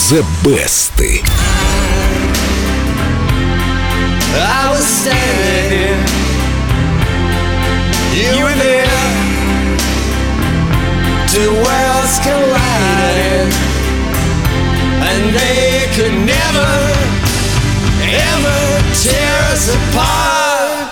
The Best. I was standing, you were there, two worlds colliding, and they could never, ever tear us apart.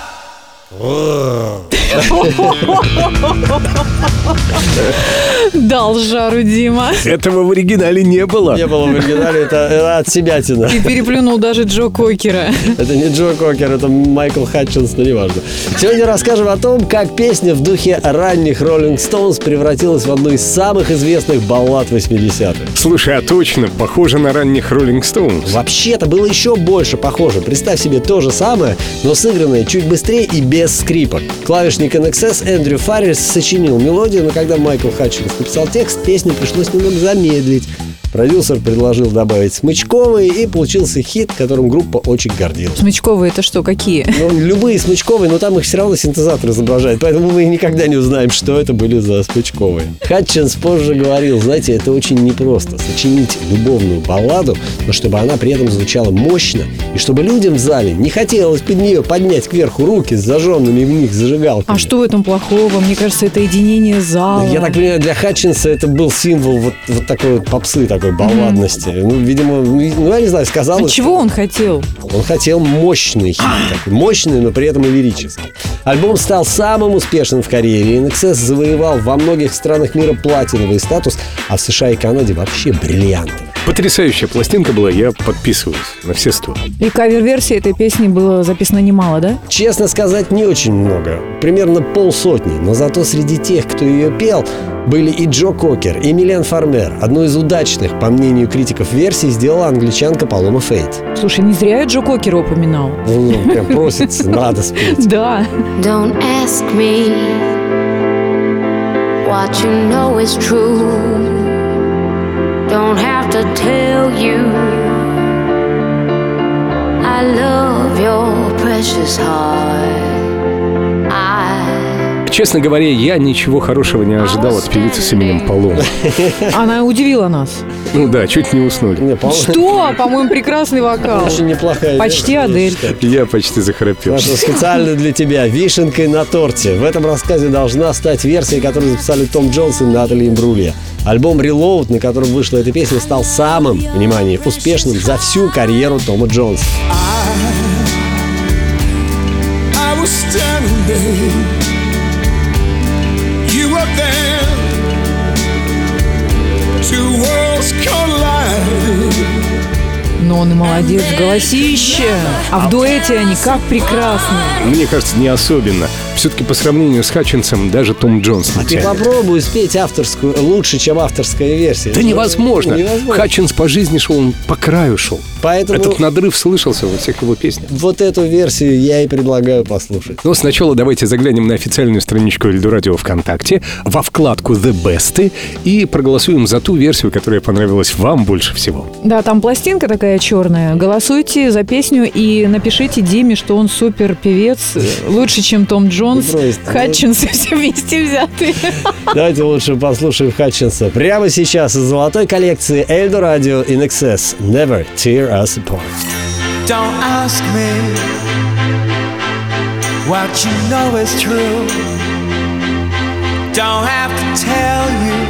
Дал жару Дима. Этого в оригинале не было. Не было в оригинале, это от себятина. И переплюнул даже Джо Кокера. Это не Джо Кокер, это Майкл Хатчинс, но неважно. Сегодня расскажем о том, как песня в духе ранних Rolling Stones превратилась в одну из самых известных баллад 80-х. Слушай, а точно, похоже на ранних Rolling Stones. Вообще-то было еще больше похоже. Представь себе то же самое, но сыгранное чуть быстрее и без скрипок. Клавишник NXS Эндрю Фаррис сочинил мелодию, но когда Майкл Хатчинс написал текст, песню пришлось немного замедлить. Продюсер предложил добавить смычковые, и получился хит, которым группа очень гордилась. Смычковые это что, какие? Ну, любые смычковые, но там их все равно синтезатор изображает, поэтому мы никогда не узнаем, что это были за смычковые. Хатчинс позже говорил, знаете, это очень непросто сочинить любовную балладу, но чтобы она при этом звучала мощно, и чтобы людям в зале не хотелось под нее поднять кверху руки с зажженными в них зажигалками. А что в этом плохого? Мне кажется, это единение зала. Я так понимаю, для Хатчинса это был символ вот такой вот попсы, такой балладности. Ну, видимо, я не знаю, сказал. А чего он хотел? Он хотел мощный хит. Такой мощный, но при этом и лирический. Альбом стал самым успешным в карьере. NXS завоевал во многих странах мира платиновый статус, а в США и Канаде вообще бриллиантовый. Потрясающая пластинка была, я подписываюсь на все 100. И кавер-версии этой песни было записано немало, да? Честно сказать, не очень много. Примерно 50, но зато среди тех, кто ее пел, были и Джо Кокер, и Милен Фармер. Одну из удачных, по мнению критиков, версий сделала англичанка Палома Фейт. Слушай, не зря я Джо Кокера упоминал. Ну, прям просится, надо спеть. Да. Don't ask me what you know is true. Don't have to tell you I love your precious heart. Честно говоря, я ничего хорошего не ожидал от певицы с именем Палома. Она удивила нас. Ну да, чуть не уснули. Не, Палома Что? По-моему, прекрасный вокал. очень неплохая. Почти версия, Адель. я считаю. Я почти захрапел. Наша специально для тебя вишенкой на торте. В этом рассказе должна стать версия, которую записали Том Джонс и Натали Имбрулия. Альбом Reload, на котором вышла эта песня, стал самым, внимание, успешным за всю карьеру Тома Джонса. I was standing there. You were there. Two worlds collide. Но он и молодец, голосище. А в дуэте они как прекрасны. Мне кажется, не особенно. Все-таки по сравнению с Хатчинсом даже Том Джонс не А ты тянет. попробуй спеть авторскую лучше, чем авторская версия. Да невозможно. Невозможно. Хатчинс по жизни шел, он по краю шел. Поэтому Этот надрыв слышался во всех его песнях. вот эту версию я и предлагаю послушать. Но сначала давайте заглянем на официальную страничку Эльдорадио ВКонтакте, во вкладку The Best, и проголосуем за ту версию, которая понравилась вам больше всего. Да, там пластинка такая черная. Голосуйте за песню и напишите Диме, что он супер певец, лучше, чем Том Джонс, Брось ты. Хатчинс и все вместе взятые. Давайте лучше послушаем Хатчинса прямо сейчас из золотой коллекции Эльдорадио NXS Never Tear Us Apart. Don't ask me what you know is true. Don't have to tell you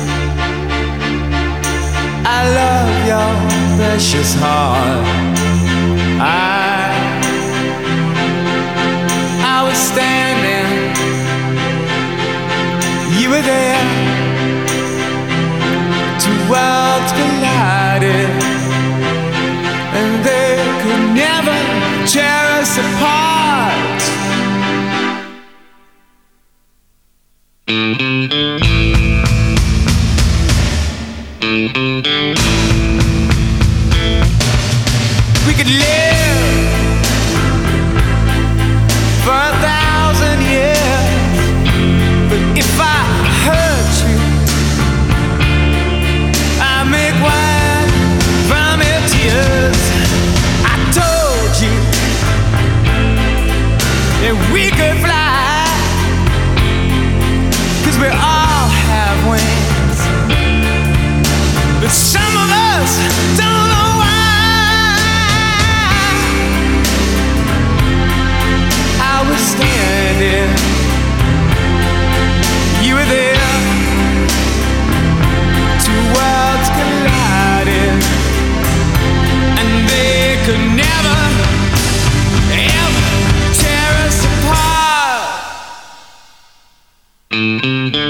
I love your precious heart. I was standing, you were there. Two worlds collided, and they could never tear us apart. We could live for 1,000 years, but if I hurt you, I make wine from your tears. I told you that we could fly, 'cause decided you were there. Two worlds collided, and they could never, ever tear us apart.